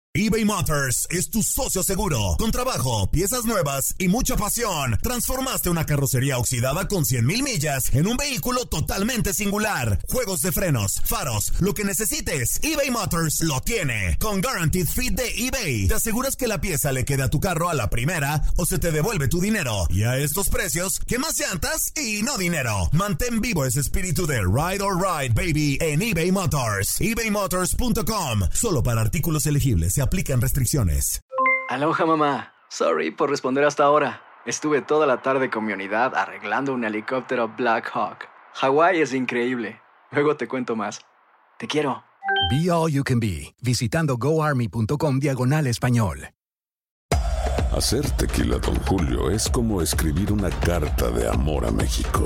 eBay Motors es tu socio seguro. Con trabajo, piezas nuevas y mucha pasión, transformaste una carrocería oxidada con 100,000 millas en un vehículo totalmente singular. Juegos de frenos, faros, lo que necesites, eBay Motors lo tiene. Con Guaranteed Fit de eBay, te aseguras que la pieza le quede a tu carro a la primera o se te devuelve tu dinero. Y a estos precios, ¿qué más llantas y no dinero? Mantén vivo ese espíritu de Ride or Ride, baby, en eBay Motors. ebaymotors.com. Solo para artículos elegibles. Se aplican restricciones. Aloha, mamá. Sorry por responder hasta ahora. Estuve toda la tarde con mi unidad arreglando un helicóptero Black Hawk. Hawái es increíble. Luego te cuento más. Te quiero. Be All You Can Be, visitando goarmy.com/español. Hacer tequila Don Julio es como escribir una carta de amor a México.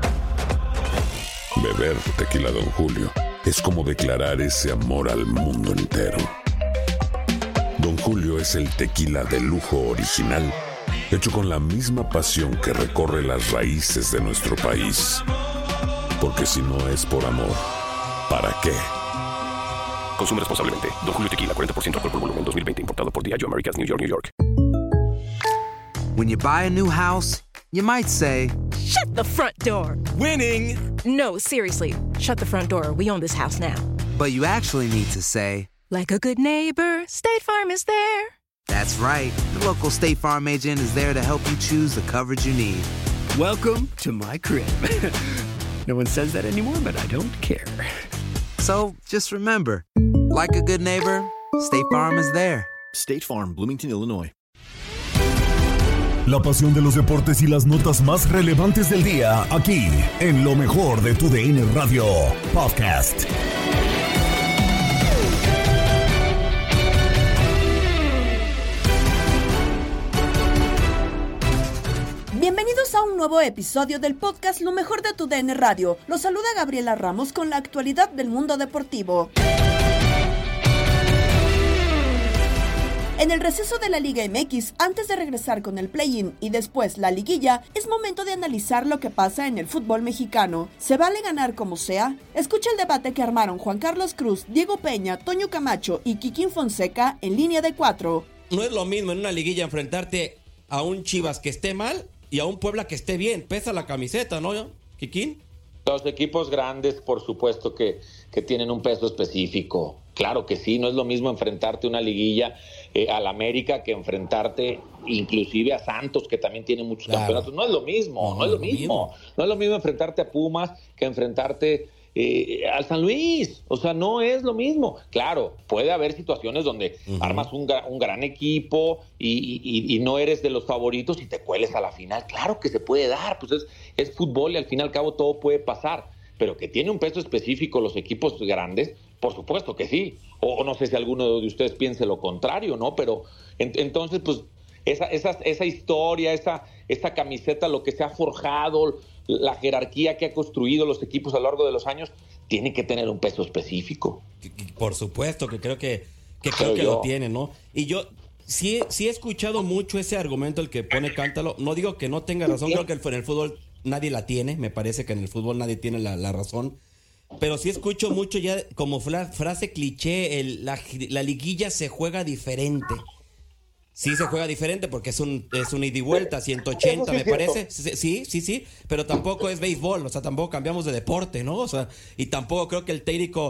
Beber tequila Don Julio es como declarar ese amor al mundo entero. Don Julio es el tequila de lujo original, hecho con la misma pasión que recorre las raíces de nuestro país. Porque si no es por amor, ¿para qué? Consume responsablemente. Don Julio Tequila, 40% alcohol por volumen, 2020. Importado por Diageo Americas, New York, New York. When you buy a new house, you might say, "Shut the front door." Winning! No, seriously. Shut the front door. We own this house now. but you actually need to say, like a good neighbor, State Farm is there. That's right. The local State Farm agent is there to help you choose the coverage you need. Welcome to my crib. No one says that anymore, but I don't care. So just remember, like a good neighbor, State Farm is there. State Farm, Bloomington, Illinois. La pasión de los deportes y las notas más relevantes del día, aquí, en lo mejor de tu DN Radio Podcast. Bienvenidos a un nuevo episodio del podcast Lo mejor de tu DN Radio. Los saluda Gabriela Ramos con la actualidad del mundo deportivo. En el receso de la Liga MX, antes de regresar con el play-in y después la liguilla, es momento de analizar lo que pasa en el fútbol mexicano. ¿Se vale ganar como sea? Escucha el debate que armaron Juan Carlos Cruz, Diego Peña, Toño Camacho y Kikín Fonseca en Línea de 4. No es lo mismo en una liguilla enfrentarte a un Chivas que esté mal y a un Puebla que esté bien. Pesa la camiseta, ¿no, Kikín? Los equipos grandes, por supuesto que tienen un peso específico. Claro que sí, no es lo mismo enfrentarte a una liguilla al América que enfrentarte inclusive a Santos, que también tiene muchos campeonatos. No es lo mismo, no es lo mismo. No es lo mismo enfrentarte a Pumas que enfrentarte al San Luis. O sea, no es lo mismo. Claro, puede haber situaciones donde armas un gran equipo y no eres de los favoritos y te cueles a la final. Claro que se puede dar, pues es fútbol y al fin y al cabo todo puede pasar. Pero que tiene un peso específico los equipos grandes, por supuesto que sí. O no sé si alguno de ustedes piense lo contrario, ¿no? Pero entonces, pues, esa historia, esa camiseta, lo que se ha forjado, la jerarquía que ha construido los equipos a lo largo de los años, tiene que tener un peso específico. Por supuesto que creo que lo tiene, ¿no? Y yo sí he escuchado mucho ese argumento, el que pone Cántalo. No digo que no tenga razón, creo que en el fútbol nadie la tiene. Me parece que en el fútbol nadie tiene la razón. Pero sí escucho mucho ya como frase cliché, la liguilla se juega diferente. Sí se juega diferente porque es un ida y vuelta, 180 me parece. Sí, pero tampoco es béisbol, o sea, tampoco cambiamos de deporte, ¿no? O sea, y tampoco creo que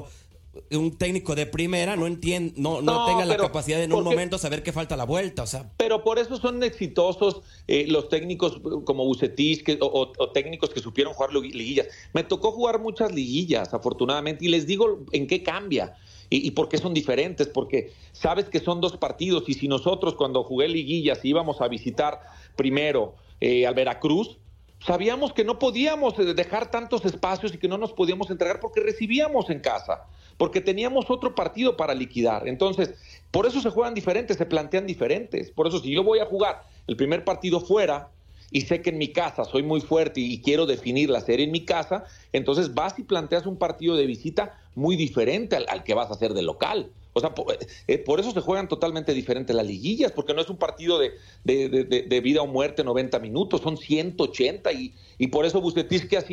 un técnico de primera no tenga la capacidad de en un momento saber que falta la vuelta, o sea. Pero por eso son exitosos los técnicos como Bucetich o técnicos que supieron jugar liguillas. Me tocó jugar muchas liguillas, afortunadamente, y les digo en qué cambia. ¿Y por qué son diferentes? Porque sabes que son dos partidos, y si nosotros cuando jugué liguillas íbamos a visitar primero al Veracruz, sabíamos que no podíamos dejar tantos espacios y que no nos podíamos entregar porque recibíamos en casa, porque teníamos otro partido para liquidar. Entonces, por eso se juegan diferentes, se plantean diferentes. Por eso, si yo voy a jugar el primer partido fuera y sé que en mi casa soy muy fuerte y quiero definir la serie en mi casa, entonces vas y planteas un partido de visita muy diferente al que vas a hacer de local. O sea, por eso se juegan totalmente diferentes las liguillas, porque no es un partido de vida o muerte 90 minutos, son 180 y por eso Bucetich, ¿qué hacía?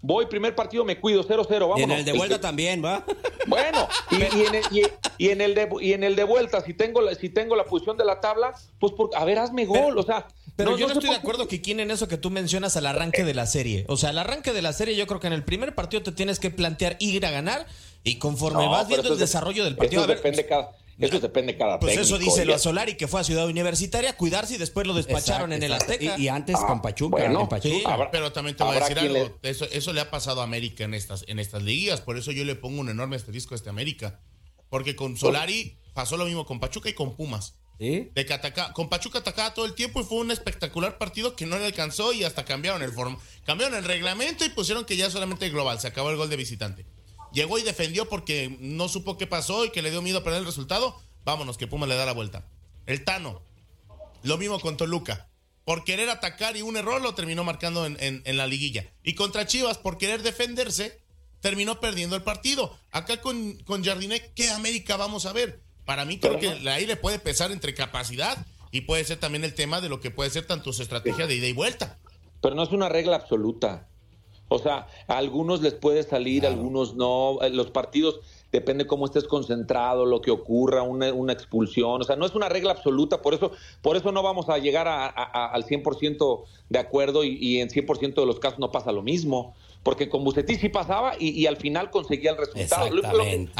voy, primer partido me cuido, 0-0, vámonos. Y en el de vuelta también, ¿va? Bueno, y en el de vuelta, si tengo la posición de la tabla, pues a ver, hazme gol, o sea... Pero yo no estoy de acuerdo, Kikín, en eso que tú mencionas al arranque de la serie. O sea, al arranque de la serie yo creo que en el primer partido te tienes que plantear ir a ganar y conforme vas viendo el desarrollo del partido... Eso depende cada pues técnico. Eso díselo a Solari, que fue a Ciudad Universitaria a cuidarse y después lo despacharon en el Azteca. Y antes con Pachuca. Bueno, en Pachuca. Sí, pero también te voy a decir algo. Eso le ha pasado a América en estas liguillas. Por eso yo le pongo un enorme asterisco a América. Porque con Solari pasó lo mismo con Pachuca y con Pumas. ¿Sí? De que con Pachuca atacaba todo el tiempo y fue un espectacular partido que no le alcanzó y hasta cambiaron el reglamento y pusieron que ya solamente el global, se acabó el gol de visitante. Llegó y defendió porque no supo qué pasó y que le dio miedo a perder el resultado. Vámonos, que Pumas le da la vuelta. El Tano, lo mismo con Toluca. Por querer atacar y un error lo terminó marcando en la liguilla. Y contra Chivas, por querer defenderse, terminó perdiendo el partido. Acá con Jardiné, ¿qué América vamos a ver? Para mí creo que ahí le puede pesar entre capacidad y puede ser también el tema de lo que puede ser tanto su estrategia de ida y vuelta. Pero no es una regla absoluta. O sea, a algunos les puede salir, a algunos no. Los partidos, depende cómo estés concentrado, lo que ocurra, una expulsión. O sea, no es una regla absoluta, por eso no vamos a llegar al 100% de acuerdo y en 100% de los casos no pasa lo mismo. Porque con Bucetich sí pasaba y al final conseguía el resultado. Exactamente.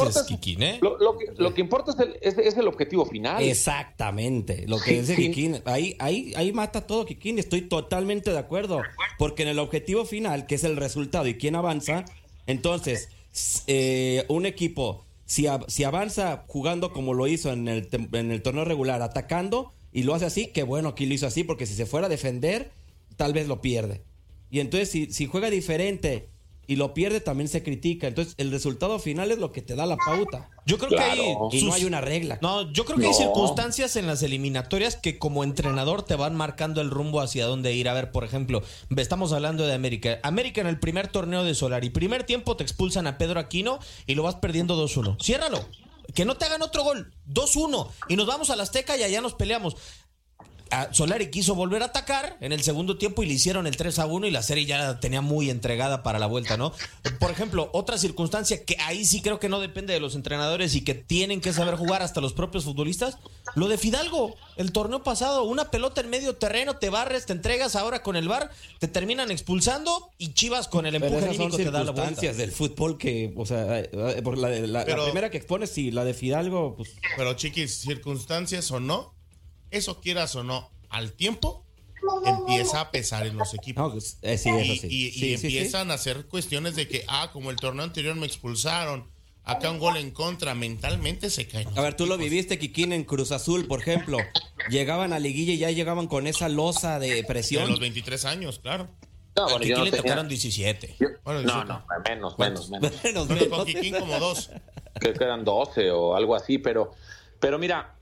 Lo que importa es el objetivo final. Exactamente. Lo que dice Kikín, ahí mata todo, Kikín. Estoy totalmente de acuerdo. Porque en el objetivo final, que es el resultado y quién avanza, entonces, un equipo, si avanza jugando como lo hizo en el torneo regular, atacando, y lo hace así, qué bueno que lo hizo así, porque si se fuera a defender, tal vez lo pierde. Y entonces si juega diferente y lo pierde, también se critica. Entonces el resultado final es lo que te da la pauta. Yo creo que no hay una regla. No, yo creo que hay circunstancias en las eliminatorias que como entrenador te van marcando el rumbo hacia dónde ir. A ver, por ejemplo, estamos hablando de América. América en el primer torneo de Solari. Primer tiempo te expulsan a Pedro Aquino y lo vas perdiendo 2-1. Ciérralo. Que no te hagan otro gol. 2-1. Y nos vamos al Azteca y allá nos peleamos. Solari quiso volver a atacar en el segundo tiempo y le hicieron el 3-1 y la serie ya la tenía muy entregada para la vuelta, ¿no? Por ejemplo, otra circunstancia que ahí sí creo que no depende de los entrenadores y que tienen que saber jugar hasta los propios futbolistas, lo de Fidalgo, el torneo pasado, una pelota en medio terreno, te barres, te entregas, ahora con el VAR, te terminan expulsando y Chivas con el empuje anímico te da la vuelta. Circunstancias del fútbol que, o sea, por la primera que expones, sí, la de Fidalgo, pues... Pero chiquis, circunstancias o no, eso quieras o no, al tiempo empieza a pesar en los equipos. No, pues, sí, eso sí. Y empiezan a hacer cuestiones de que, como el torneo anterior me expulsaron, acá un gol en contra, mentalmente se caen. A ver, tú lo viviste, Kikín, en Cruz Azul, por ejemplo. Llegaban a liguilla y ya llegaban con esa losa de presión. De los 23 años, claro. No, bueno, Kikín le tocaron 17. No, menos. Con Kikín como 2. Creo que eran 12 o algo así, pero mira...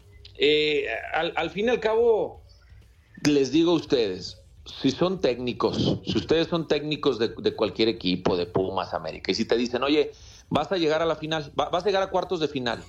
al fin y al cabo, les digo a ustedes, si ustedes son técnicos de cualquier equipo, de Pumas, América, y si te dicen, oye, vas a llegar a la final, vas a llegar a cuartos de final,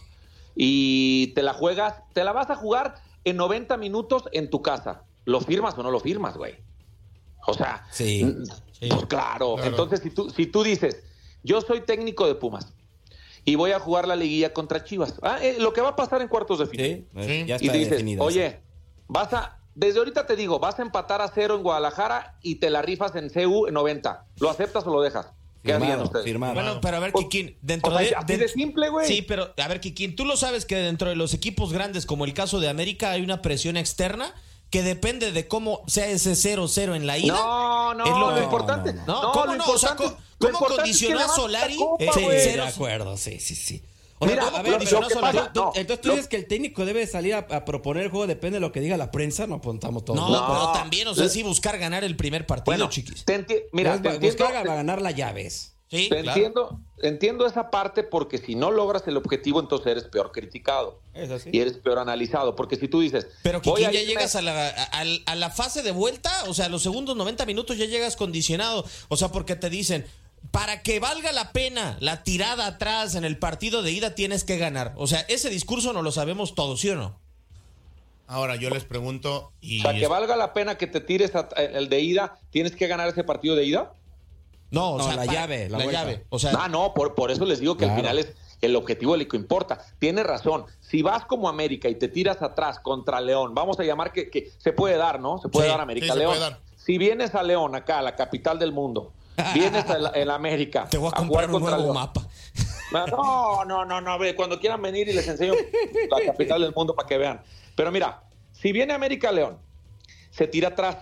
y te la vas a jugar en 90 minutos en tu casa, ¿lo firmas o no lo firmas, güey? O sea, pues claro. Entonces si tú dices, yo soy técnico de Pumas, y voy a jugar la liguilla contra Chivas. Lo que va a pasar en cuartos de final. Sí, ya está y te dices, definido. oye, desde ahorita te digo, vas a empatar a 0 en Guadalajara y te la rifas en CU en 90. ¿Lo aceptas o lo dejas? ¿Qué harían ustedes? Bueno, pero a ver, Kikín, dentro de simple, güey. Sí, pero a ver, Kikín, tú lo sabes que dentro de los equipos grandes, como el caso de América, hay una presión externa que depende de cómo sea ese 0-0 en la ida. No, lo importante. ¿Cómo no? O sea, ¿cómo condicionó a Solari? Sí, de acuerdo, sí. O sea, a ver, entonces tú dices que el técnico debe salir a proponer el juego, depende de lo que diga la prensa, no apuntamos todos. No, pero también, o sea, sí buscar ganar el primer partido, chiquis. Buscar ganar las llaves. Sí, entiendo esa parte, porque si no logras el objetivo, entonces eres peor criticado. Es así. Y eres peor analizado, porque si tú dices... Pero Kikín, ya llegas a la fase de vuelta, o sea, los segundos 90 minutos ya llegas condicionado, o sea, porque te dicen... Para que valga la pena la tirada atrás en el partido de ida tienes que ganar. O sea, ese discurso no lo sabemos todos, ¿sí o no? Ahora yo les pregunto... Para que valga la pena que te tires el de ida, ¿tienes que ganar ese partido de ida? No, o sea, la llave. O sea, no, por eso les digo que al final es el objetivo del que importa. Tiene razón. Si vas como América y te tiras atrás contra León, vamos a llamar que se puede dar, ¿no? Se puede dar América León. Si vienes a León, acá, a la capital del mundo, vienes a la América. Te voy a comprar un nuevo mapa. No, cuando quieran venir y les enseño la capital del mundo para que vean. Pero mira, si viene América León, se tira atrás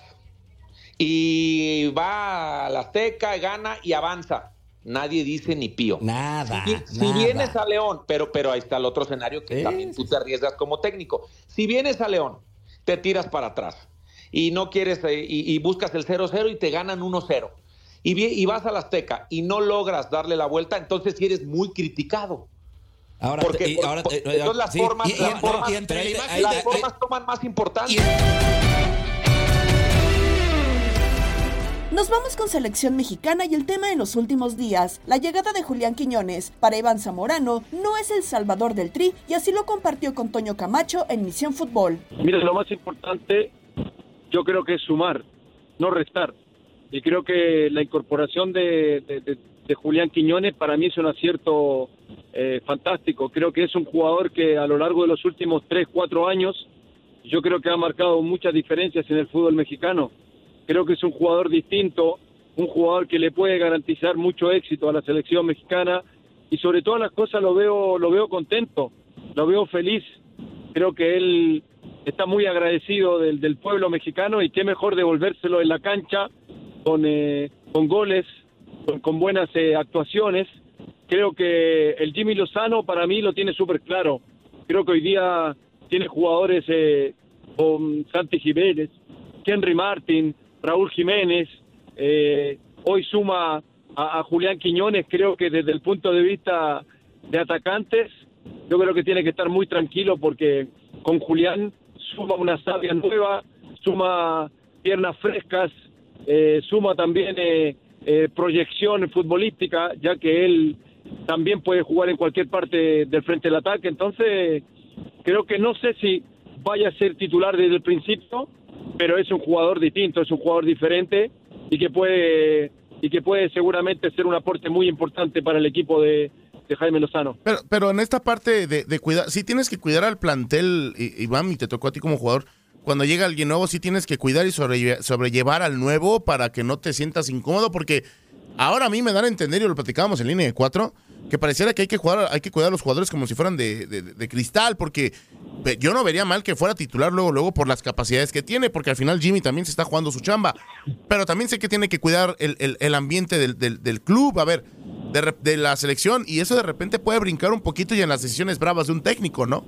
y va a la Azteca, gana y avanza. Nadie dice ni pío. Nada. Si vienes a León, pero ahí está el otro escenario que también tú te arriesgas como técnico. Si vienes a León, te tiras para atrás y no quieres y buscas el 0-0 y te ganan 1-0. Y vas a la Azteca y no logras darle la vuelta, entonces sí eres muy criticado. Entonces las formas toman más importancia. Nos vamos con selección mexicana y el tema en los últimos días. La llegada de Julián Quiñones para Iván Zamorano no es el salvador del Tri y así lo compartió con Toño Camacho en Misión Fútbol. Mira, lo más importante yo creo que es sumar, no restar. Y creo que la incorporación de Julián Quiñones para mí es un acierto fantástico. Creo que es un jugador que a lo largo de los últimos 3-4 años yo creo que ha marcado muchas diferencias en el fútbol mexicano. Creo que es un jugador distinto, un jugador que le puede garantizar mucho éxito a la selección mexicana y sobre todas las cosas lo veo contento, lo veo feliz. Creo que él está muy agradecido del pueblo mexicano y qué mejor devolvérselo en la cancha con goles, con buenas actuaciones. Creo que el Jimmy Lozano para mí lo tiene súper claro. Creo que hoy día tiene jugadores con Santi Jiménez, Henry Martin, Raúl Jiménez, hoy suma a Julián Quiñones. Creo que desde el punto de vista de atacantes, yo creo que tiene que estar muy tranquilo porque con Julián suma una savia nueva, suma piernas frescas, suma también proyección futbolística, ya que él también puede jugar en cualquier parte del frente del ataque. Entonces, creo que no sé si vaya a ser titular desde el principio, pero es un jugador distinto, es un jugador diferente y que puede seguramente ser un aporte muy importante para el equipo de Jaime Lozano. Pero en esta parte de cuidar, sí tienes que cuidar al plantel, Iván, y te tocó a ti como jugador. Cuando llega alguien nuevo, sí tienes que cuidar y sobrellevar al nuevo para que no te sientas incómodo, porque ahora a mí me dan a entender, y lo platicábamos en línea de 4, que pareciera que hay que cuidar a los jugadores como si fueran de cristal, porque yo no vería mal que fuera titular luego por las capacidades que tiene, porque al final Jimmy también se está jugando su chamba, pero también sé que tiene que cuidar el ambiente del club, a ver, de la selección, y eso de repente puede brincar un poquito y en las decisiones bravas de un técnico, ¿no?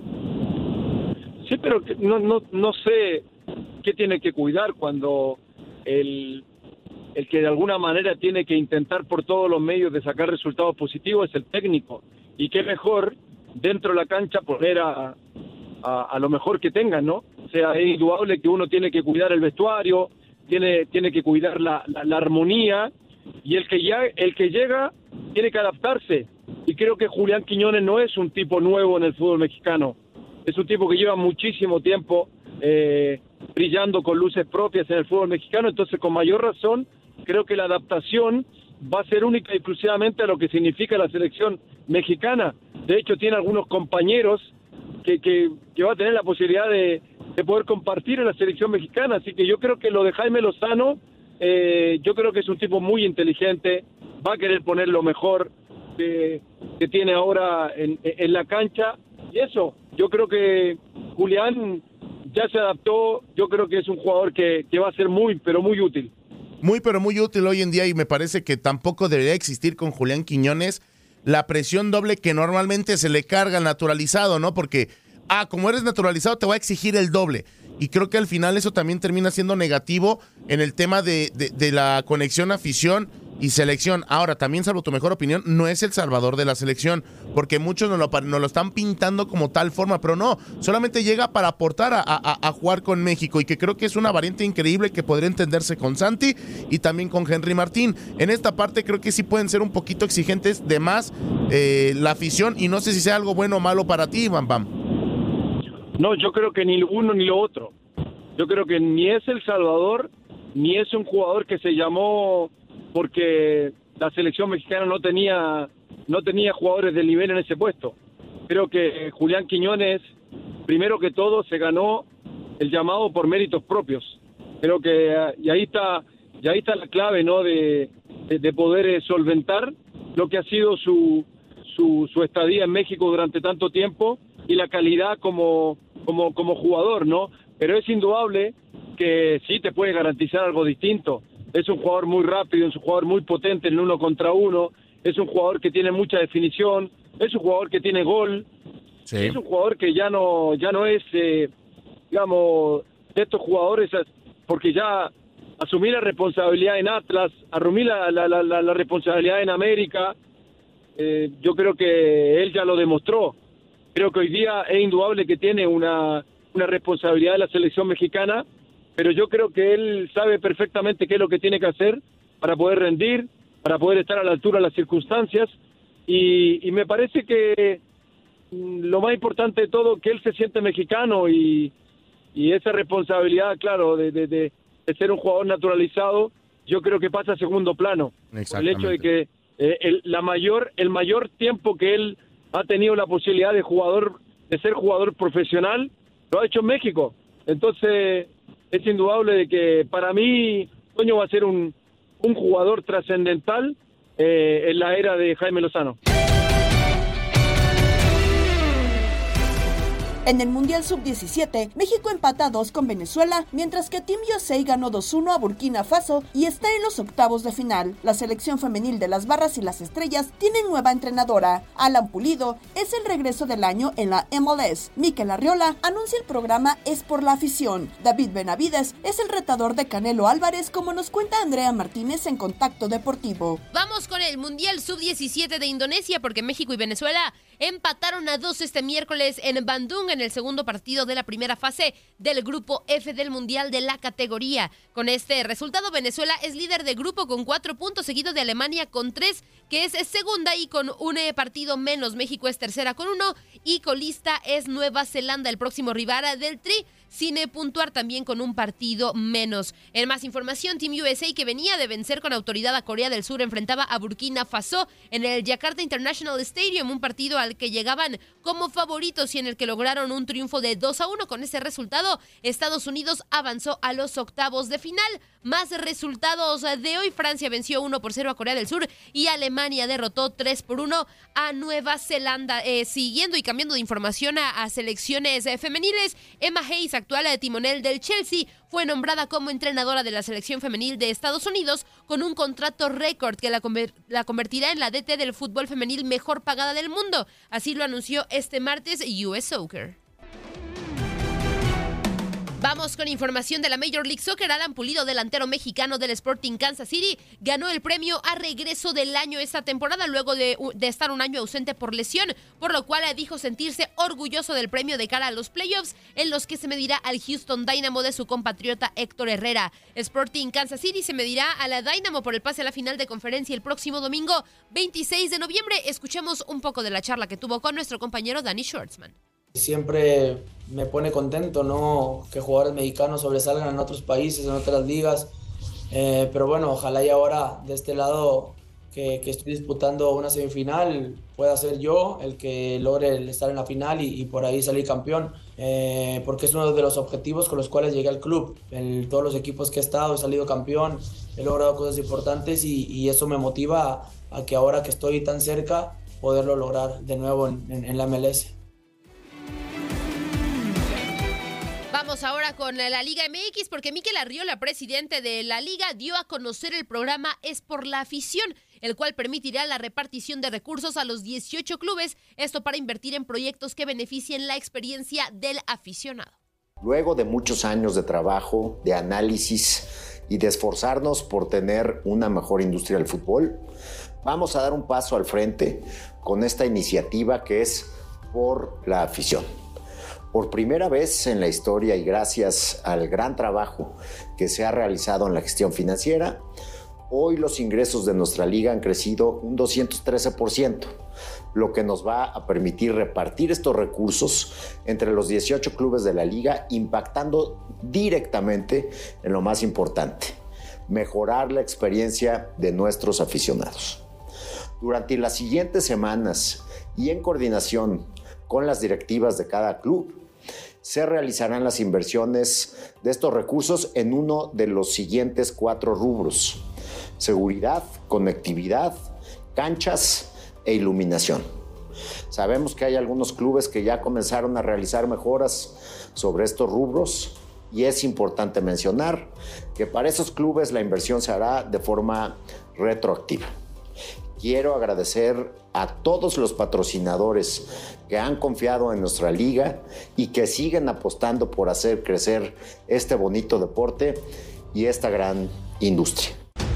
Sí, pero no sé qué tiene que cuidar cuando el que de alguna manera tiene que intentar por todos los medios de sacar resultados positivos es el técnico. Y qué mejor dentro de la cancha poner a lo mejor que tengan, ¿no? O sea, es indudable que uno tiene que cuidar el vestuario, tiene que cuidar la armonía, y el que llega tiene que adaptarse. Y creo que Julián Quiñones no es un tipo nuevo en el fútbol mexicano. Es un tipo que lleva muchísimo tiempo brillando con luces propias en el fútbol mexicano, entonces con mayor razón creo que la adaptación va a ser única y exclusivamente a lo que significa la selección mexicana. De hecho, tiene algunos compañeros que va a tener la posibilidad de poder compartir en la selección mexicana, así que yo creo que lo de Jaime Lozano, yo creo que es un tipo muy inteligente, va a querer poner lo mejor que tiene ahora en la cancha, y eso, yo creo que Julián ya se adaptó, yo creo que es un jugador que va a ser muy, pero muy útil. Pero muy útil hoy en día, y me parece que tampoco debería existir con Julián Quiñones la presión doble que normalmente se le carga al naturalizado, ¿no? Porque, como eres naturalizado te va a exigir el doble. Y creo que al final eso también termina siendo negativo en el tema de la conexión afición y selección. Ahora, también, salvo tu mejor opinión, no es el salvador de la selección, porque muchos nos lo están pintando como tal forma, pero no, solamente llega para aportar a jugar con México, y que creo que es una variante increíble que podría entenderse con Santi y también con Henry Martín. En esta parte creo que sí pueden ser un poquito exigentes de más la afición, y no sé si sea algo bueno o malo para ti, Bam Bam. No, yo creo que ni lo uno ni lo otro. Yo creo que ni es el salvador, ni es un jugador que se llamó porque la selección mexicana no tenía jugadores del nivel en ese puesto. Creo que Julián Quiñones, primero que todo, se ganó el llamado por méritos propios. Creo que y ahí está la clave, ¿no? de poder solventar lo que ha sido su estadía en México durante tanto tiempo y la calidad como jugador, ¿no? Pero es indudable que sí te puede garantizar algo distinto. Es un jugador muy rápido, es un jugador muy potente en el 1 contra 1, es un jugador que tiene mucha definición, es un jugador que tiene gol, sí. Es un jugador que ya no es, digamos, de estos jugadores, porque ya asumí la responsabilidad en Atlas, asumí la responsabilidad en América, yo creo que él ya lo demostró. Creo que hoy día es indudable que tiene una responsabilidad de la selección mexicana, pero yo creo que él sabe perfectamente qué es lo que tiene que hacer para poder rendir, para poder estar a la altura de las circunstancias, y me parece que lo más importante de todo, que él se siente mexicano y esa responsabilidad, claro, de ser un jugador naturalizado, yo creo que pasa a segundo plano. El hecho de que el mayor tiempo que él ha tenido la posibilidad de ser jugador profesional, lo ha hecho en México. Entonces, es indudable de que para mí Toño va a ser un jugador trascendental en la era de Jaime Lozano. En el Mundial Sub-17, México empata a 2 con Venezuela, mientras que Team USA ganó 2-1 a Burkina Faso y está en los octavos de final. La selección femenil de las Barras y las Estrellas tiene nueva entrenadora. Alan Pulido es el regreso del año en la MLS. Mikel Arriola anuncia el programa Es por la afición. David Benavides es el retador de Canelo Álvarez, como nos cuenta Andrea Martínez en Contacto Deportivo. Vamos con el Mundial Sub-17 de Indonesia, porque México y Venezuela empataron a 2 este miércoles en Bandung en el segundo partido de la primera fase del Grupo F del Mundial de la categoría. Con este resultado, Venezuela es líder de grupo con 4 puntos, seguido de Alemania con 3, que es segunda y con un partido menos. México es tercera con 1 y colista es Nueva Zelanda, el próximo rival del Tri, sin puntuar, también con un partido menos. En más información, Team USA, que venía de vencer con autoridad a Corea del Sur, enfrentaba a Burkina Faso en el Jakarta International Stadium, un partido al que llegaban como favoritos y en el que lograron un triunfo de 2-1. Con ese resultado, Estados Unidos avanzó a los octavos de final. Más resultados de hoy: Francia venció 1-0 a Corea del Sur y Alemania derrotó 3-1 a Nueva Zelanda. Siguiendo y cambiando de información a selecciones femeniles, Emma Hayes, actual timonel del Chelsea, fue nombrada como entrenadora de la selección femenil de Estados Unidos con un contrato récord que la convertirá en la DT del fútbol femenil mejor pagada del mundo. Así lo anunció este martes US Soccer. Vamos con información de la Major League Soccer. Alan Pulido, delantero mexicano del Sporting Kansas City, ganó el premio a regreso del año esta temporada luego de estar un año ausente por lesión, por lo cual dijo sentirse orgulloso del premio de cara a los playoffs, en los que se medirá al Houston Dynamo de su compatriota Héctor Herrera. Sporting Kansas City se medirá a la Dynamo por el pase a la final de conferencia el próximo domingo 26 de noviembre. Escuchemos un poco de la charla que tuvo con nuestro compañero Danny Schwartzman. Siempre me pone contento, ¿no?, que jugadores mexicanos sobresalgan en otros países, en otras ligas, pero bueno, ojalá y ahora de este lado que estoy disputando una semifinal pueda ser yo el que logre estar en la final y por ahí salir campeón, porque es uno de los objetivos con los cuales llegué al club. En todos los equipos que he estado he salido campeón, he logrado cosas importantes y eso me motiva a que ahora que estoy tan cerca poderlo lograr de nuevo en la MLS. Vamos ahora con la Liga MX, porque Mikel Arriola, presidente de la Liga, dio a conocer el programa Es por la afición, el cual permitirá la repartición de recursos a los 18 clubes, esto para invertir en proyectos que beneficien la experiencia del aficionado. Luego de muchos años de trabajo, de análisis y de esforzarnos por tener una mejor industria del fútbol, vamos a dar un paso al frente con esta iniciativa que es Por la afición. Por primera vez en la historia y gracias al gran trabajo que se ha realizado en la gestión financiera, hoy los ingresos de nuestra liga han crecido un 213%, lo que nos va a permitir repartir estos recursos entre los 18 clubes de la liga, impactando directamente en lo más importante, mejorar la experiencia de nuestros aficionados. Durante las siguientes semanas y en coordinación con las directivas de cada club, se realizarán las inversiones de estos recursos en uno de los siguientes 4 rubros: seguridad, conectividad, canchas e iluminación. Sabemos que hay algunos clubes que ya comenzaron a realizar mejoras sobre estos rubros y es importante mencionar que para esos clubes la inversión se hará de forma retroactiva. Quiero agradecer a todos los patrocinadores que han confiado en nuestra liga y que siguen apostando por hacer crecer este bonito deporte y esta gran industria.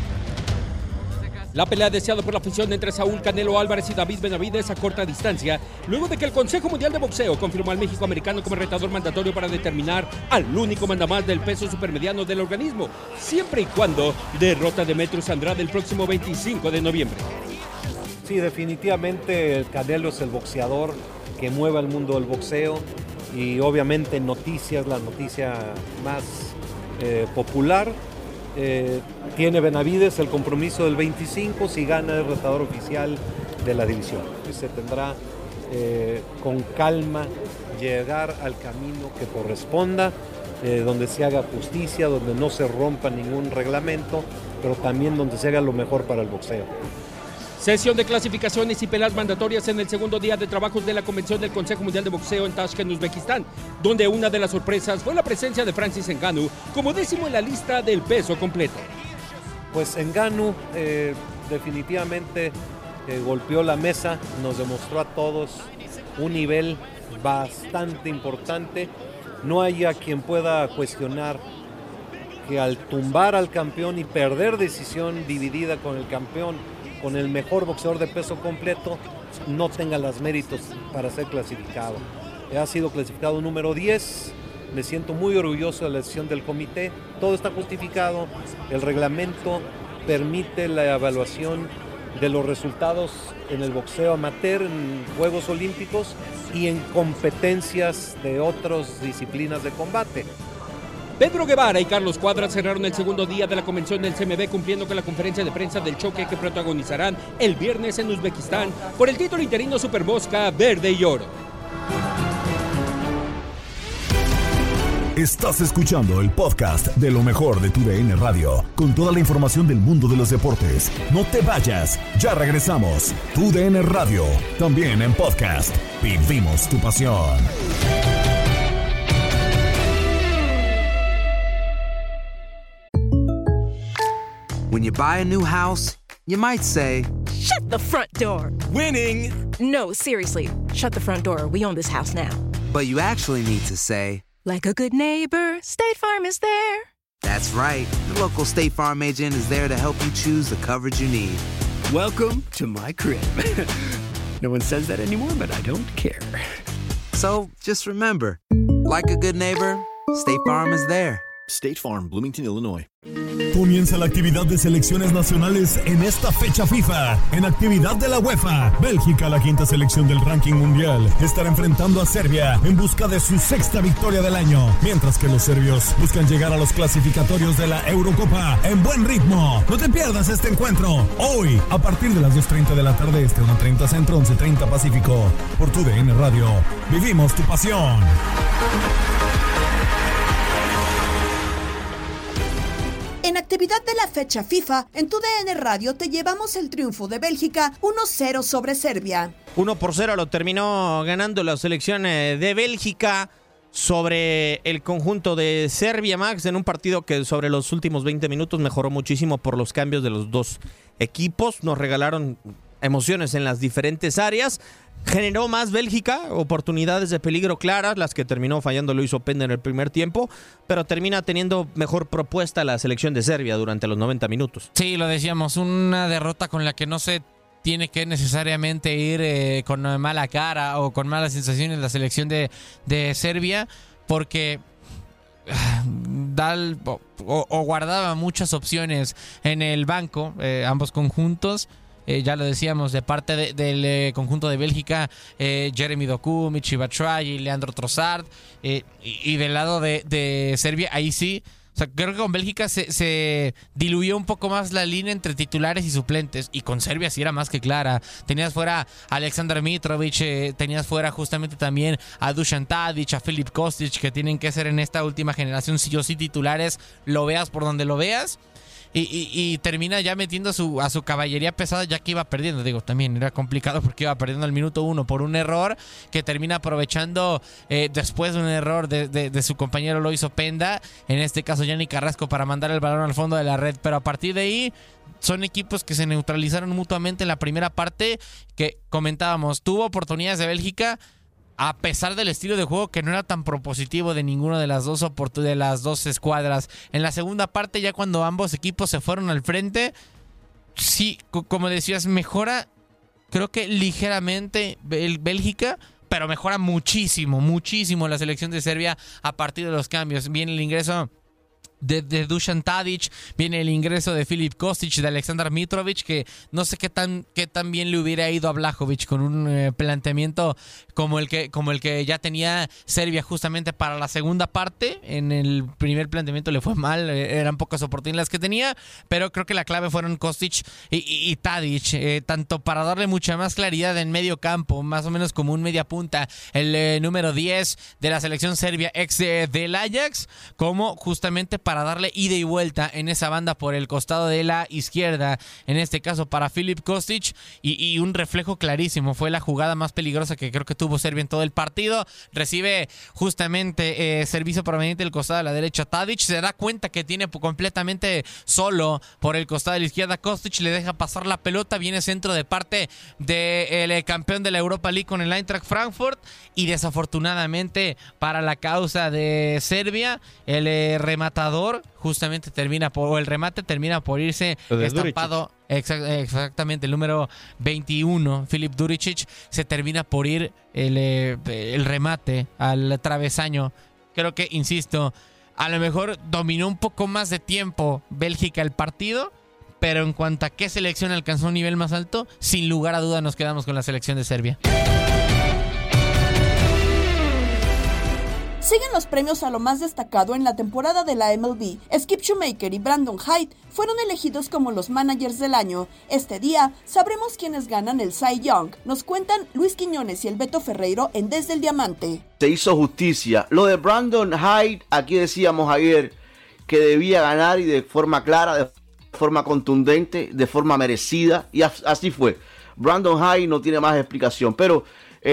La pelea deseada por la afición entre Saúl Canelo Álvarez y David Benavidez a corta distancia, luego de que el Consejo Mundial de Boxeo confirmó al México-americano como retador mandatorio para determinar al único mandamás del peso supermediano del organismo, siempre y cuando derrota Demetrius Andrade el próximo 25 de noviembre. Sí, definitivamente el Canelo es el boxeador que mueve al mundo del boxeo y obviamente noticias, la noticia más popular. Tiene Benavidez el compromiso del 25 si gana el retador oficial de la división. Se tendrá con calma llegar al camino que corresponda, donde se haga justicia, donde no se rompa ningún reglamento, pero también donde se haga lo mejor para el boxeo. Sesión de clasificaciones y peleas mandatorias en el segundo día de trabajos de la convención del Consejo Mundial de Boxeo en Tashkent, Uzbekistán, donde una de las sorpresas fue la presencia de Francis Ngannou como 10º en la lista del peso completo. Pues Ngannou definitivamente golpeó la mesa, nos demostró a todos un nivel bastante importante. No hay a quien pueda cuestionar que al tumbar al campeón y perder decisión dividida con el campeón, con el mejor boxeador de peso completo, no tenga los méritos para ser clasificado. Ha sido clasificado número 10, me siento muy orgulloso de la decisión del comité, todo está justificado, el reglamento permite la evaluación de los resultados en el boxeo amateur, en Juegos Olímpicos y en competencias de otras disciplinas de combate. Pedro Guevara y Carlos Cuadra cerraron el segundo día de la convención del CMB cumpliendo con la conferencia de prensa del choque que protagonizarán el viernes en Uzbekistán por el título interino Super Mosca Verde y Oro. Estás escuchando el podcast de lo mejor de TUDN Radio, con toda la información del mundo de los deportes. No te vayas, ya regresamos. TUDN Radio, también en podcast. Vivimos tu pasión. When you buy a new house, you might say, "Shut the front door." Winning! No, seriously. Shut the front door. We own this house now. But you actually need to say, like a good neighbor, State Farm is there. That's right. The local State Farm agent is there to help you choose the coverage you need. Welcome to my crib. No one says that anymore, but I don't care. So just remember, like a good neighbor, State Farm is there. State Farm, Bloomington, Illinois. Comienza la actividad de selecciones nacionales en esta fecha FIFA. En actividad de la UEFA, Bélgica, la quinta selección del ranking mundial, estará enfrentando a Serbia en busca de su 6ª victoria del año, mientras que los serbios buscan llegar a los clasificatorios de la Eurocopa en buen ritmo. No te pierdas este encuentro, hoy, a partir de las 2:30 de la tarde, 1:30 centro, 11:30 pacífico, por TUDN Radio. Vivimos tu pasión. En actividad de la fecha FIFA, en TUDN Radio te llevamos el triunfo de Bélgica 1-0 sobre Serbia. 1-0 lo terminó ganando la selección de Bélgica sobre el conjunto de Serbia, Max, en un partido que sobre los últimos 20 minutos mejoró muchísimo por los cambios de los dos equipos. Nos regalaron emociones en las diferentes áreas. Generó más Bélgica, oportunidades de peligro claras, las que terminó fallando Luis Openda en el primer tiempo, pero termina teniendo mejor propuesta la selección de Serbia durante los 90 minutos. Sí, lo decíamos, una derrota con la que no se tiene que necesariamente ir con mala cara o con malas sensaciones la selección de Serbia, porque guardaba muchas opciones en el banco, ambos conjuntos. Ya lo decíamos, de parte del conjunto de Bélgica, Jeremy Doku, Michy Batshuayi, Leandro Trossard, y del lado de Serbia, ahí sí, O sea, creo que con Bélgica se diluyó un poco más la línea entre titulares y suplentes. Y con Serbia sí era más que clara. Tenías fuera a Aleksandar Mitrovic, tenías fuera justamente también a Dusan Tadic, a Filip Kostic, que tienen que ser en esta última generación sí o sí titulares, lo veas por donde lo veas. Y termina ya metiendo a su caballería pesada ya que iba perdiendo. Digo, también era complicado porque iba perdiendo al minuto 1 por un error que termina aprovechando después de un error de su compañero Lois Openda, en este caso Yannick Carrasco, para mandar el balón al fondo de la red. Pero a partir de ahí son equipos que se neutralizaron mutuamente en la primera parte, que comentábamos, tuvo oportunidades de Bélgica, a pesar del estilo de juego que no era tan propositivo de ninguna de las dos escuadras. En la segunda parte, ya cuando ambos equipos se fueron al frente, sí, como decías, mejora, creo que ligeramente Bélgica, pero mejora muchísimo la selección de Serbia a partir de los cambios. Viene el ingreso de Dusan Tadic, viene el ingreso de Filip Kostic, de Aleksandar Mitrovic, que no sé qué tan bien le hubiera ido a Vlahovic con un planteamiento como el que ya tenía Serbia justamente para la segunda parte. En el primer planteamiento le fue mal, eran pocas oportunidades que tenía, pero creo que la clave fueron Kostic y Tadic, tanto para darle mucha más claridad en medio campo, más o menos como un media punta, el número 10 de la selección serbia, ex del Ajax, como justamente para darle ida y vuelta en esa banda por el costado de la izquierda, en este caso para Filip Kostic, y un reflejo clarísimo, fue la jugada más peligrosa que creo que tuvo Serbia en todo el partido. Recibe justamente servicio proveniente del costado de la derecha Tadic, se da cuenta que tiene completamente solo por el costado de la izquierda Kostic, le deja pasar la pelota, viene centro de parte del campeón de la Europa League con el Eintracht Frankfurt, y desafortunadamente para la causa de Serbia, el rematador justamente el remate termina por irse estampado. Exactamente, el número 21, Filip Duricic, se termina por ir el remate al travesaño. Creo que, insisto, a lo mejor dominó un poco más de tiempo Bélgica el partido, pero en cuanto a qué selección alcanzó un nivel más alto, sin lugar a duda nos quedamos con la selección de Serbia. Siguen los premios a lo más destacado en la temporada de la MLB. Skip Schumaker y Brandon Hyde fueron elegidos como los managers del año. Este día sabremos quiénes ganan el Cy Young. Nos cuentan Luis Quiñones y el Beto Ferreiro en Desde el Diamante. Se hizo justicia. Lo de Brandon Hyde, aquí decíamos ayer que debía ganar, y de forma clara, de forma contundente, de forma merecida, y así fue. Brandon Hyde no tiene más explicación, pero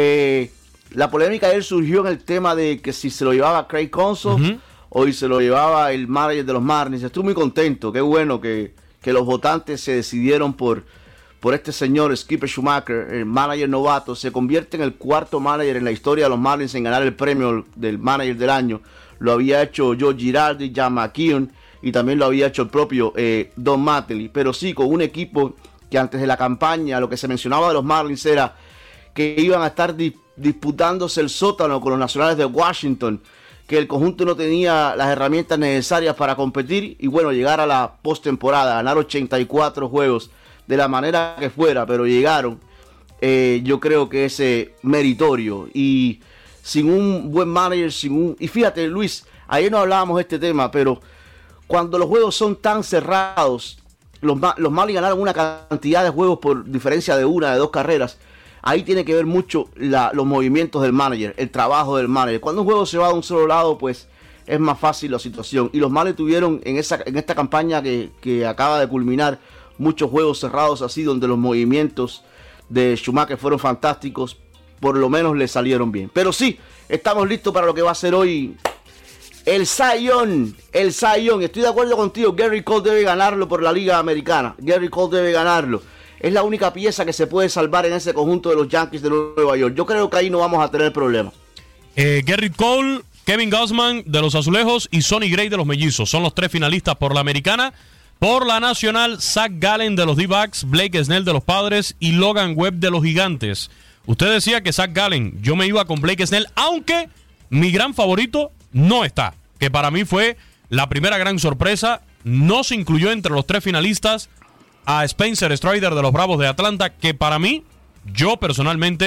la polémica ayer surgió en el tema de que si se lo llevaba Craig Counsell o si se lo llevaba el manager de los Marlins. Estoy muy contento, qué bueno que los votantes se decidieron por este señor Skip Schumaker, el manager novato. Se convierte en el cuarto manager en la historia de los Marlins en ganar el premio del manager del año. Lo había hecho Joe Girardi, Jan McKeon, y también lo había hecho el propio Don Mattingly. Pero sí, con un equipo que antes de la campaña lo que se mencionaba de los Marlins era que iban a estar disputándose el sótano con los Nacionales de Washington, que el conjunto no tenía las herramientas necesarias para competir y bueno, llegar a la postemporada, ganar 84 juegos de la manera que fuera, pero llegaron. Yo creo que es meritorio, y sin un buen manager, y fíjate, Luis, ayer no hablábamos de este tema, pero cuando los juegos son tan cerrados, los Marlins ganaron una cantidad de juegos por diferencia de 1, de 2 carreras. Ahí tiene que ver mucho los movimientos del manager, el trabajo del manager. Cuando un juego se va de un solo lado, pues es más fácil la situación. Y los Marlins tuvieron en esta campaña que acaba de culminar muchos juegos cerrados así, donde los movimientos de Schumacher fueron fantásticos. Por lo menos le salieron bien. Pero sí, estamos listos para lo que va a ser hoy el Cy Young. Estoy de acuerdo contigo, Gary Cole debe ganarlo por la Liga Americana. Gary Cole debe ganarlo. Es la única pieza que se puede salvar en ese conjunto de los Yankees de Nueva York. Yo creo que ahí no vamos a tener problemas. Gerrit Cole, Kevin Gausman de los Azulejos y Sonny Gray de los Mellizos son los 3 finalistas por la Americana. Por la Nacional, Zach Gallen de los D-Backs, Blake Snell de los Padres y Logan Webb de los Gigantes. Usted decía que Zach Gallen, yo me iba con Blake Snell, aunque mi gran favorito no está, que para mí fue la primera gran sorpresa. No se incluyó entre los 3 finalistas a Spencer Strider de los Bravos de Atlanta, que para mí, yo personalmente,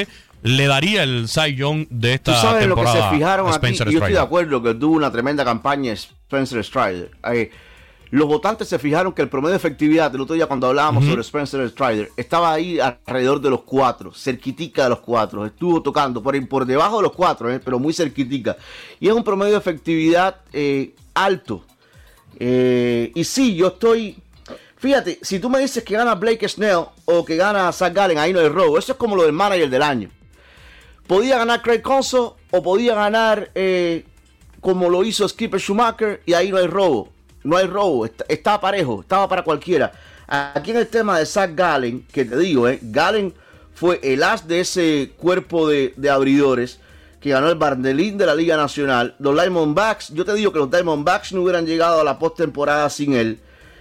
le daría el Cy Young de esta temporada. ¿Tú sabes lo que se fijaron aquí? Spencer Y yo estoy de Strider. acuerdo que tuvo una tremenda campaña Spencer Strider. Los votantes se fijaron que el promedio de efectividad, el otro día cuando hablábamos sobre Spencer Strider, estaba ahí alrededor de los 4, cerquitica de los 4. Estuvo tocando por debajo de los 4, pero muy cerquitica. Y es un promedio de efectividad alto. Y sí, yo estoy... Fíjate, si tú me dices que gana Blake Snell o que gana Zach Gallen, ahí no hay robo. Eso es como lo del manager del año. Podía ganar Craig Counsell o podía ganar como lo hizo Skipper Schumacher y ahí no hay robo. No hay robo, está parejo, estaba para cualquiera. Aquí en el tema de Zach Gallen, que te digo, Gallen fue el as de ese cuerpo de abridores que ganó el banderín de la Liga Nacional. Los Diamondbacks, yo te digo que los Diamondbacks no hubieran llegado a la postemporada sin él.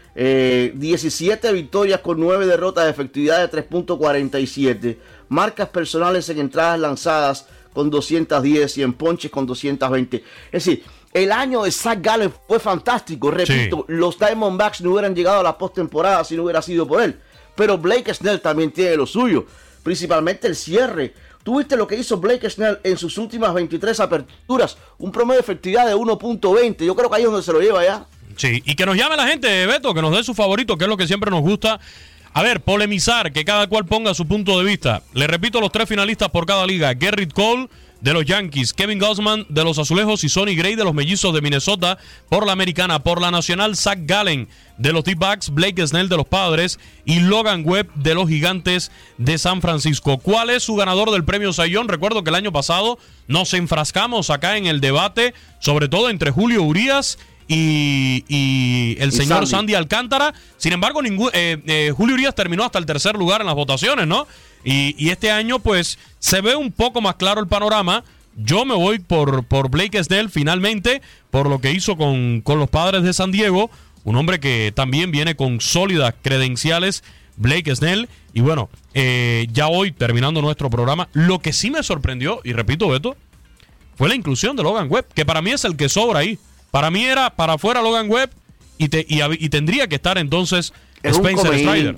17 victorias con 9 derrotas, de efectividad de 3.47, marcas personales en entradas lanzadas con 210 y en ponches con 220. Es decir, el año de Zach Gallen fue fantástico. Repito, los Diamondbacks no hubieran llegado a la postemporada si no hubiera sido por él. Pero Blake Snell también tiene lo suyo, principalmente el cierre. ¿Tú viste lo que hizo Blake Snell en sus últimas 23 aperturas? Un promedio de efectividad de 1.20. Yo creo que ahí es donde se lo lleva ya. Sí, y que nos llame la gente, Beto, que nos dé su favorito, que es lo que siempre nos gusta. A ver, polemizar, que cada cual ponga su punto de vista. Le repito los 3 finalistas por cada liga. Gerrit Cole de los Yankees, Kevin Gausman de los Azulejos y Sonny Gray de los Mellizos de Minnesota por la Americana. Por la Nacional, Zach Gallen de los D-Backs, Blake Snell de los Padres y Logan Webb de los Gigantes de San Francisco. ¿Cuál es su ganador del premio Cy Young? Recuerdo que el año pasado nos enfrascamos acá en el debate, sobre todo entre Julio Urías y el señor Sandy Alcántara. Sin embargo, Julio Urías terminó hasta el tercer lugar en las votaciones, ¿no? Y este año, pues, se ve un poco más claro el panorama. Yo me voy por Blake Snell, finalmente, por lo que hizo con los Padres de San Diego. Un hombre que también viene con sólidas credenciales, Blake Snell. Y bueno, ya hoy, terminando nuestro programa, lo que sí me sorprendió, y repito, Beto, fue la inclusión de Logan Webb, que para mí es el que sobra ahí. Para mí era para afuera Logan Webb y tendría que estar entonces Spencer Strider.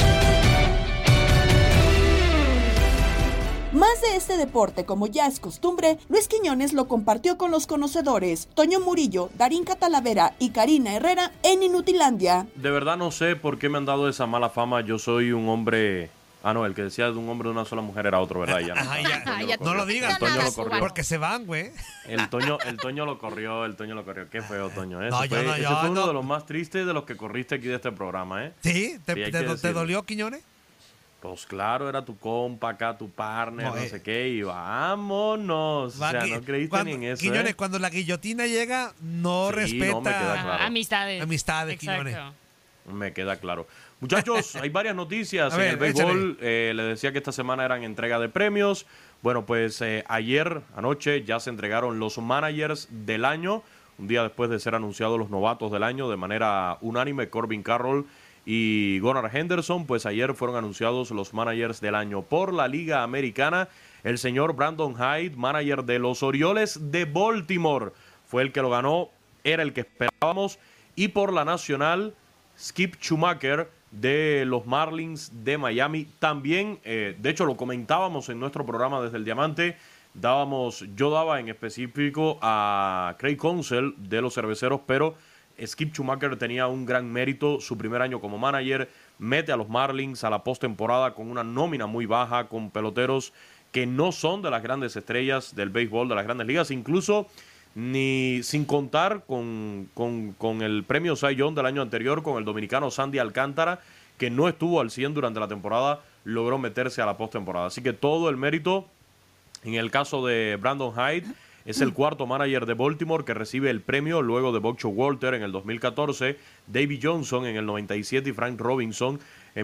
Más de este deporte, como ya es costumbre, Luis Quiñones lo compartió con los conocedores Toño Murillo, Darín Catalavera y Karina Herrera en Inutilandia. De verdad no sé por qué me han dado esa mala fama. Yo soy un hombre... Ah, no, el que decía de un hombre de una sola mujer era otro, ¿verdad? No lo digas, el Toño lo corrió. porque se van, güey. El Toño lo corrió. Qué feo, Toño. Ese fue uno de los más tristes de los que corriste aquí de este programa, ¿eh? ¿Sí? ¿Te dolió, Quiñones? Pues claro, era tu compa acá, tu partner, no sé qué, y vámonos. O sea, no creíste ni en eso, Quiñones, cuando la guillotina llega, no respeta... No, me queda claro. Amistades, Quiñones. Me queda claro. Muchachos, hay varias noticias en el béisbol. Les decía que esta semana eran entrega de premios. Bueno, pues anoche, ya se entregaron los managers del año. Un día después de ser anunciados los novatos del año de manera unánime, Corbin Carroll y Gunnar Henderson, pues ayer fueron anunciados los managers del año. Por la Liga Americana, el señor Brandon Hyde, manager de los Orioles de Baltimore, fue el que lo ganó, era el que esperábamos. Y por la Nacional, Skip Schumacher de los Marlins de Miami. También, de hecho lo comentábamos en nuestro programa desde el Diamante, yo daba en específico a Craig Counsell de los Cerveceros, pero Skip Schumacher tenía un gran mérito. Su primer año como manager mete a los Marlins a la postemporada con una nómina muy baja, con peloteros que no son de las grandes estrellas del béisbol de las grandes ligas, incluso ni sin contar con el premio Cy Young del año anterior, con el dominicano Sandy Alcántara, que no estuvo al 100 durante la temporada, logró meterse a la postemporada. Así que todo el mérito en el caso de Brandon Hyde. Es el cuarto manager de Baltimore que recibe el premio, luego de Buck Showalter en el 2014, Davey Johnson en el 97 y Frank Robinson en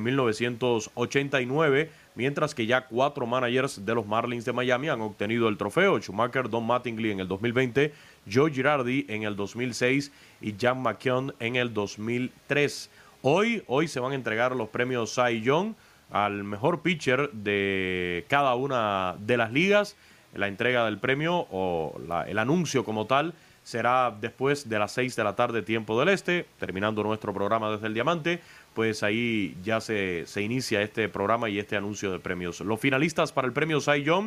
1989, mientras que ya 4 managers de los Marlins de Miami han obtenido el trofeo: Schumacher, Don Mattingly en el 2020, Joe Girardi en el 2006 y Jan McKeon en el 2003. Hoy se van a entregar los premios Cy Young al mejor pitcher de cada una de las ligas. La entrega del premio o el anuncio como tal será después de las 6 de la tarde, tiempo del este, terminando nuestro programa desde el Diamante. Pues ahí ya se inicia este programa y este anuncio de premios. Los finalistas para el premio Cy Young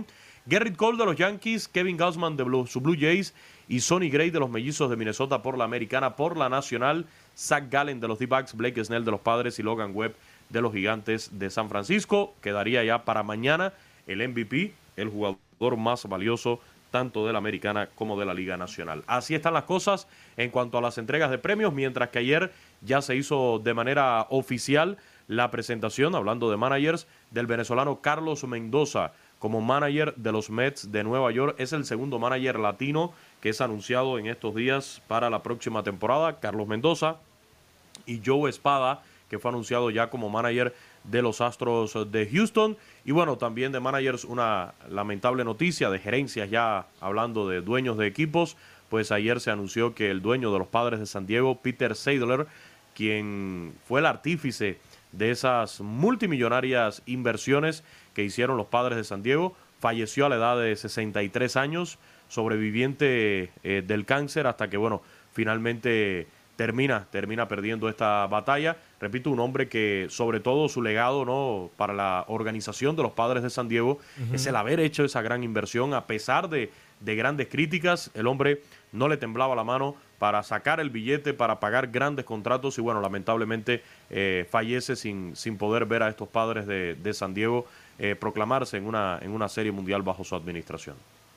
Gerrit Cole de los Yankees, Kevin Gausman de su Blue Jays y Sonny Gray de los Mellizos de Minnesota por la Americana. Por la Nacional, Zach Gallen de los D-backs, Blake Snell de los Padres y Logan Webb de los Gigantes de San Francisco. Quedaría ya para mañana el MVP, el jugador más valioso tanto de la Americana como de la Liga Nacional. Así están las cosas en cuanto a las entregas de premios, mientras que ayer ya se hizo de manera oficial la presentación, hablando de managers, del venezolano Carlos Mendoza como manager de los Mets de Nueva York. Es el segundo manager latino que es anunciado en estos días para la próxima temporada. Carlos Mendoza y Joe Espada, que fue anunciado ya como manager de los Astros de Houston. Y bueno, también de managers una lamentable noticia de gerencias, ya hablando de dueños de equipos, pues ayer se anunció que el dueño de los Padres de San Diego, Peter Seidler, quien fue el artífice de esas multimillonarias inversiones que hicieron los Padres de San Diego, falleció a la edad de 63 años, sobreviviente del cáncer, hasta que, bueno, finalmente termina perdiendo esta batalla. Repito, un hombre que, sobre todo, su legado, ¿no?, para la organización de los Padres de San Diego es el haber hecho esa gran inversión. A pesar de grandes críticas, el hombre no le temblaba la mano para sacar el billete, para pagar grandes contratos y, bueno, lamentablemente fallece sin poder ver a estos Padres de San Diego proclamarse en una serie mundial bajo su administración.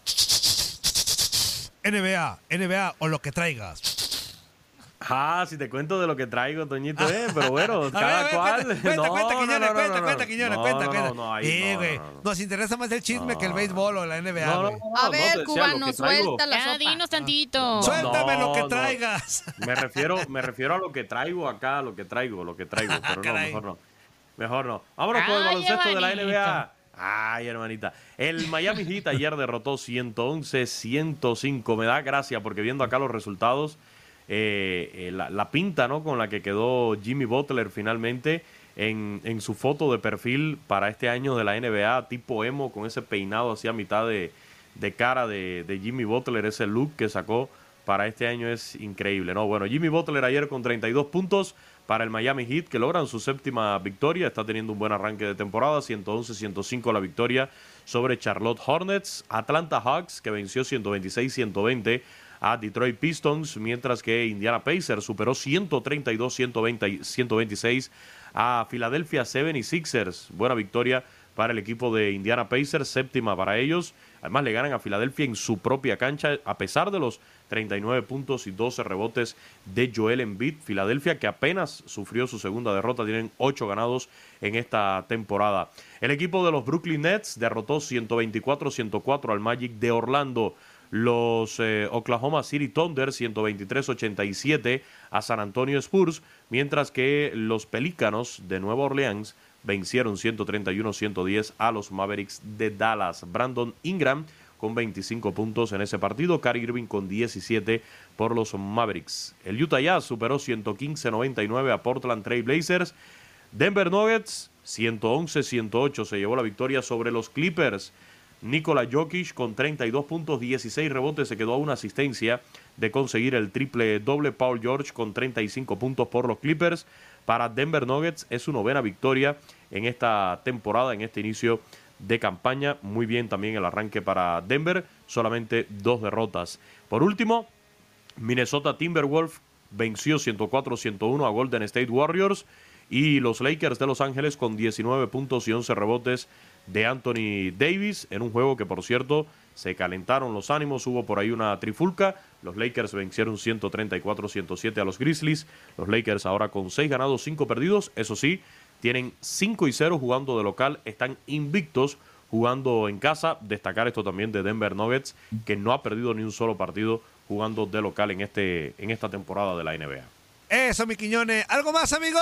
NBA o lo que traigas. Ah, si te cuento de lo que traigo, Toñito, pero bueno, cada cual. Cuenta, Quiñones. Nos interesa más el chisme que el béisbol o la NBA, güey. A ver, cubano, suelta la sopa. Dinos tantito. Suéltame lo que traigas. Me refiero a lo que traigo acá, lo que traigo. Pero no, mejor no. Vámonos con el baloncesto de la NBA. Ay, hermanita. El Miami Heat ayer derrotó 111-105. Me da gracia porque viendo acá los resultados, la pinta, ¿no?, con la que quedó Jimmy Butler finalmente en su foto de perfil para este año de la NBA, tipo emo, con ese peinado hacia mitad de cara de Jimmy Butler. Ese look que sacó para este año es increíble, ¿no? Bueno, Jimmy Butler ayer con 32 puntos para el Miami Heat, que logran su séptima victoria. Está teniendo un buen arranque de temporada. 111-105 la victoria sobre Charlotte Hornets. Atlanta Hawks, que venció 126-120 a Detroit Pistons, mientras que Indiana Pacers superó 132-126 a Philadelphia 76ers. Buena victoria para el equipo de Indiana Pacers, séptima para ellos. Además le ganan a Filadelfia en su propia cancha, a pesar de los 39 puntos y 12 rebotes de Joel Embiid. Filadelfia, que apenas sufrió su segunda derrota, tienen 8 ganados en esta temporada. El equipo de los Brooklyn Nets derrotó 124-104 al Magic de Orlando. Los Oklahoma City Thunder 123-87 a San Antonio Spurs, mientras que los Pelícanos de Nueva Orleans vencieron 131-110 a los Mavericks de Dallas. Brandon Ingram con 25 puntos en ese partido, Kyrie Irving con 17 por los Mavericks. El Utah Jazz superó 115-99 a Portland Trail Blazers. Denver Nuggets 111-108 se llevó la victoria sobre los Clippers. Nikola Jokic con 32 puntos, 16 rebotes, se quedó a una asistencia de conseguir el triple doble. Paul George con 35 puntos por los Clippers. Para Denver Nuggets es su novena victoria en esta temporada, en este inicio de campaña. Muy bien también el arranque para Denver, solamente 2 derrotas. Por último, Minnesota Timberwolves venció 104-101 a Golden State Warriors, y los Lakers de Los Ángeles con 19 puntos y 11 rebotes de Anthony Davis, en un juego que, por cierto, se calentaron los ánimos, hubo por ahí una trifulca. Los Lakers vencieron 134-107 a los Grizzlies. Los Lakers ahora con 6 ganados, 5 perdidos. Eso sí, tienen 5-0 jugando de local, están invictos jugando en casa. Destacar esto también de Denver Nuggets, que no ha perdido ni un solo partido jugando de local en esta temporada de la NBA. Eso, mi Quiñones. ¿Algo más, amigo?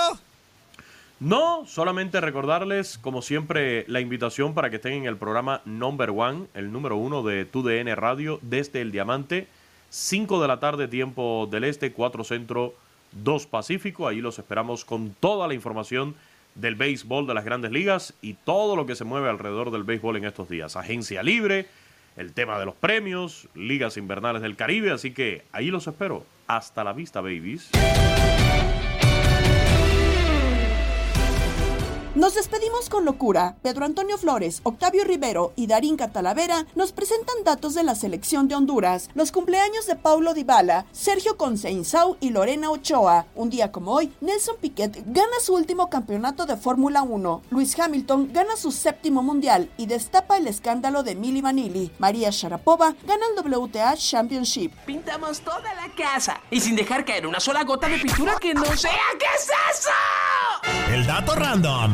No, solamente recordarles, como siempre, la invitación para que estén en el programa Number One, el número 1 de TUDN Radio, desde el Diamante, 5 de la tarde, tiempo del Este, 4 Centro, 2 Pacífico. Ahí los esperamos con toda la información del béisbol de las Grandes Ligas y todo lo que se mueve alrededor del béisbol en estos días. Agencia libre, el tema de los premios, ligas invernales del Caribe, así que ahí los espero. Hasta la vista, babies. Nos despedimos con locura. Pedro Antonio Flores, Octavio Rivero y Darín Catalavera nos presentan datos de la selección de Honduras, los cumpleaños de Paulo Dybala, Sergio Conceição y Lorena Ochoa. Un día como hoy, Nelson Piquet gana su último campeonato de Fórmula 1, Lewis Hamilton gana su 7º mundial y destapa el escándalo de Milli Vanilli. María Sharapova gana el WTA Championship. Pintamos toda la casa y sin dejar caer una sola gota de pintura que no sea. ¿Qué es eso? El dato random.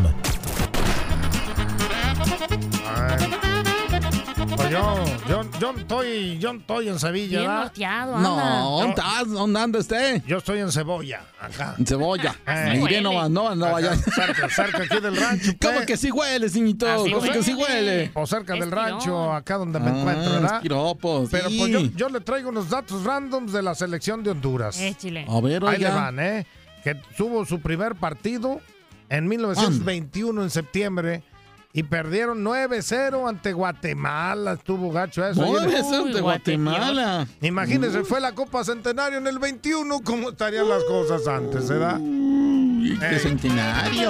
Pues yo estoy en Sevilla, Bien ¿verdad? norteado, anda. No, ¿dónde anda usted? Yo estoy en Cebolla, acá. En Cebolla. Mire, no vaya. Cerca aquí del rancho. ¿Cómo que sí huele, señito? ¿Cómo que sí huele? O cerca del rancho, acá donde me encuentro, ¿verdad? Esquiropos, Pero sí. pues yo le traigo unos datos randoms de la selección de Honduras. Chile. A ver, Ahí le oiga. van, que tuvo su primer partido en 1921 en septiembre y perdieron 9-0 ante Guatemala. Estuvo gacho eso. 9-0 ante Guatemala. Imagínense, fue la Copa Centenario en el 21, ¿cómo estarían las cosas antes, verdad? ¡Qué centenario!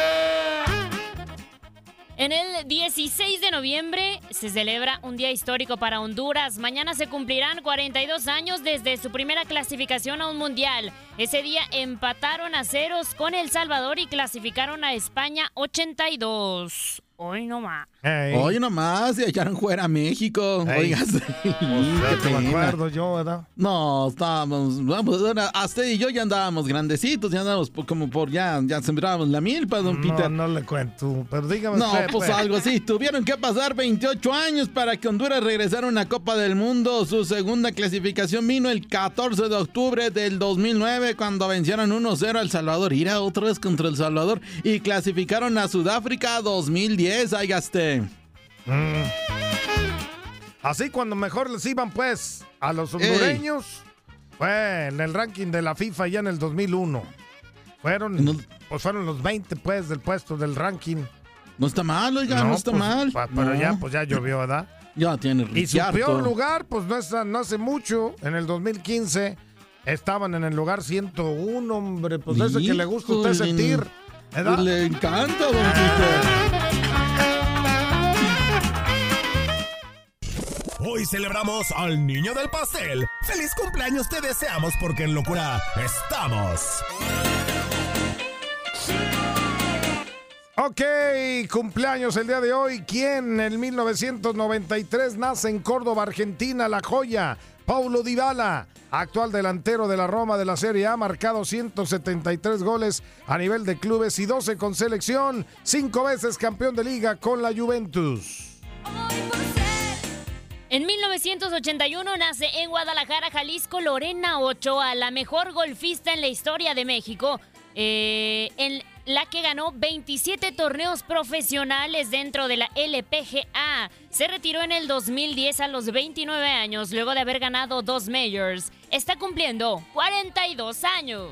En el 16 de noviembre se celebra un día histórico para Honduras. Mañana se cumplirán 42 años desde su primera clasificación a un mundial. Ese día empataron a ceros con El Salvador y clasificaron a España 82. Hoy nomás. Hoy nomás se echaron fuera a México. Oiga, sí, qué me pena. acuerdo yo, ¿verdad? No, hasta y yo ya andábamos grandecitos, ya andábamos ya sembrábamos la milpa, don Peter. No le cuento, pero dígame. No, pues algo así. Tuvieron que pasar 28 años para que Honduras regresara a una Copa del Mundo. Su segunda clasificación vino el 14 de octubre del 2009 cuando vencieron 1-0 a El Salvador. Irá otra vez contra El Salvador y clasificaron a Sudáfrica 2010. Ahí gasté. Así cuando mejor les iban pues a los hondureños fue en el ranking de la FIFA ya en el 2001. Fueron los 20 pues del puesto del ranking. No está mal, oiga, no está mal. Pero ya llovió, ¿verdad? Ya tiene Y su peor lugar, pues no hace mucho, en el 2015, estaban en el lugar 101, hombre. Pues eso que le gusta a usted sentir, ¿verdad? Le encanta, don Peter. Hoy celebramos al niño del pastel. ¡Feliz cumpleaños te deseamos porque en locura estamos! Ok, cumpleaños el día de hoy. ¿Quién? En 1993 nace en Córdoba, Argentina, la joya, Paulo Dybala, actual delantero de la Roma de la Serie A, marcado 173 goles a nivel de clubes y 12 con selección, 5 veces campeón de liga con la Juventus. En 1981 nace en Guadalajara, Jalisco, Lorena Ochoa, la mejor golfista en la historia de México, en la que ganó 27 torneos profesionales dentro de la LPGA. Se retiró en el 2010 a los 29 años, luego de haber ganado 2 majors. Está cumpliendo 42 años.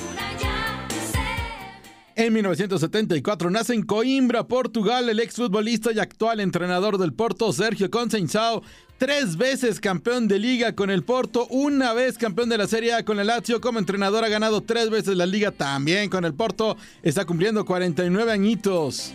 En 1974 nace en Coimbra, Portugal, el exfutbolista y actual entrenador del Porto, Sergio Conceição, 3 veces campeón de Liga con el Porto, 1 vez campeón de la Serie A con el Lazio. Como entrenador ha ganado 3 veces la Liga también con el Porto. Está cumpliendo 49 añitos.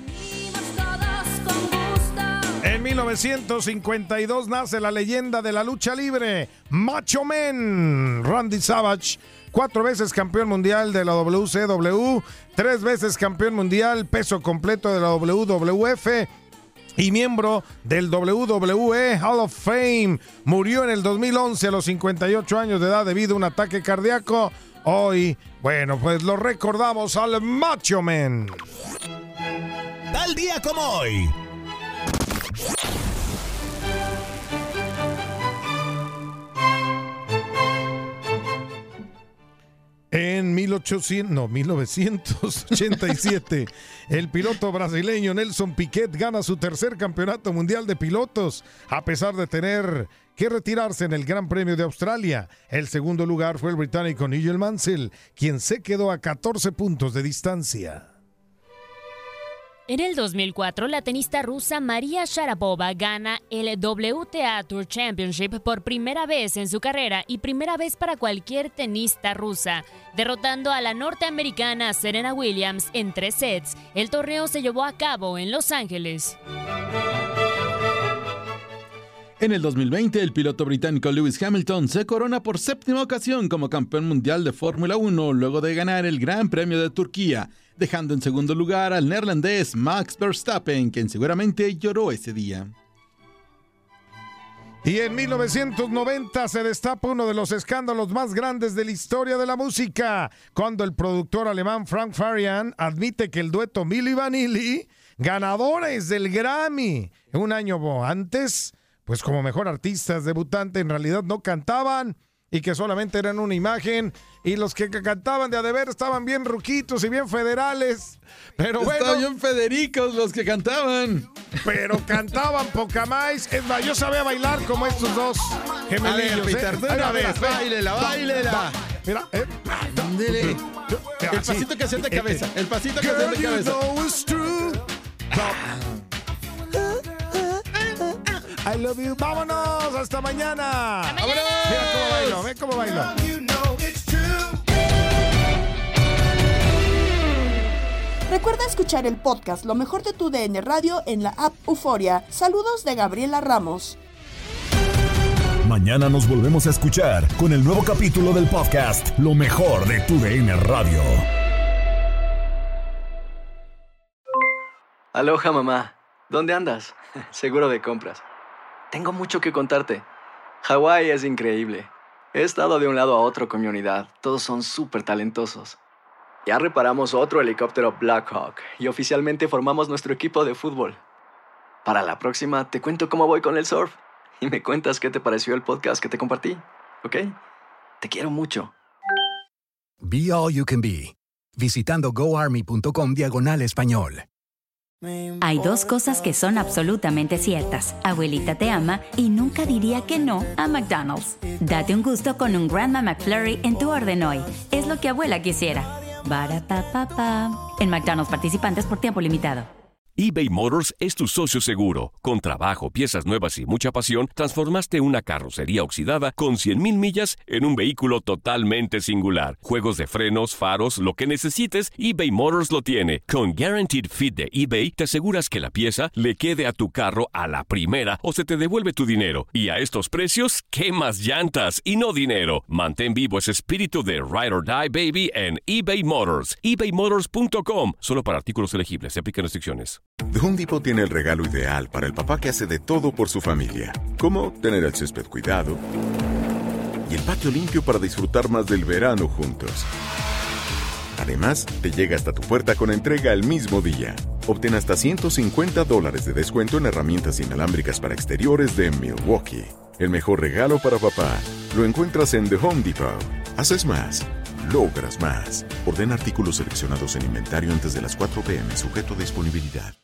En 1952 nace la leyenda de la lucha libre, Macho Man, Randy Savage, 4 veces campeón mundial de la WCW, 3 veces campeón mundial peso completo de la WWF y miembro del WWE Hall of Fame. Murió en el 2011 a los 58 años de edad debido a un ataque cardíaco. Hoy, bueno, pues lo recordamos al Macho Man. Tal día como hoy. En 1987, el piloto brasileño Nelson Piquet gana su tercer campeonato mundial de pilotos, a pesar de tener que retirarse en el Gran Premio de Australia. El segundo lugar fue el británico Nigel Mansell, quien se quedó a 14 puntos de distancia. En el 2004, la tenista rusa María Sharapova gana el WTA Tour Championship por primera vez en su carrera y primera vez para cualquier tenista rusa, derrotando a la norteamericana Serena Williams en 3 sets. El torneo se llevó a cabo en Los Ángeles. En el 2020, el piloto británico Lewis Hamilton se corona por 7ª ocasión como campeón mundial de Fórmula 1 luego de ganar el Gran Premio de Turquía, dejando en segundo lugar al neerlandés Max Verstappen, quien seguramente lloró ese día. Y en 1990 se destapa uno de los escándalos más grandes de la historia de la música, cuando el productor alemán Frank Farian admite que el dueto Milli Vanilli, ganadores del Grammy un año antes, pues como mejor artistas debutante en realidad no cantaban y que solamente eran una imagen, y los que cantaban de a deber estaban bien ruquitos y bien federales, pero bueno. Estaban bien federicos los que cantaban. Pero cantaban poca más. Es más, yo sabía bailar como estos dos gemelillos. A ver, Peter, una vez, báilela. Mira, Dile. El pasito que hacen de cabeza, el pasito que hacen de cabeza. I love you. Vámonos, hasta mañana. ¡Vámonos! Mira cómo bailo, ve cómo bailo. Recuerda escuchar el podcast Lo mejor de tu DN Radio en la app Euforia. Saludos de Gabriela Ramos. Mañana nos volvemos a escuchar con el nuevo capítulo del podcast Lo mejor de tu DN Radio. Aloha, mamá. ¿Dónde andas? Seguro de compras. Tengo mucho que contarte. Hawái es increíble. He estado de un lado a otro con mi unidad. Todos son súper talentosos. Ya reparamos otro helicóptero Blackhawk y oficialmente formamos nuestro equipo de fútbol. Para la próxima te cuento cómo voy con el surf y me cuentas qué te pareció el podcast que te compartí, ¿ok? Te quiero mucho. Be All You Can Be. Visitando goarmy.com/español. Hay 2 cosas que son absolutamente ciertas. Abuelita te ama y nunca diría que no a McDonald's. Date un gusto con un Grandma McFlurry en tu orden hoy. Es lo que abuela quisiera. Barapapapa. En McDonald's participantes por tiempo limitado. eBay Motors es tu socio seguro. Con trabajo, piezas nuevas y mucha pasión, transformaste una carrocería oxidada con 100,000 millas en un vehículo totalmente singular. Juegos de frenos, faros, lo que necesites, eBay Motors lo tiene. Con Guaranteed Fit de eBay, te aseguras que la pieza le quede a tu carro a la primera o se te devuelve tu dinero. Y a estos precios, ¿qué más llantas y no dinero? Mantén vivo ese espíritu de Ride or Die, baby, en eBay Motors. ebaymotors.com. Solo para artículos elegibles. Se aplican restricciones. The Home Depot tiene el regalo ideal para el papá que hace de todo por su familia, como tener el césped cuidado y el patio limpio para disfrutar más del verano juntos. Además, te llega hasta tu puerta con entrega el mismo día. Obtén hasta $150 de descuento en herramientas inalámbricas para exteriores de Milwaukee. El mejor regalo para papá lo encuentras en The Home Depot. Haces más, logras más. Ordena artículos seleccionados en inventario antes de las 4 p.m. sujeto a disponibilidad.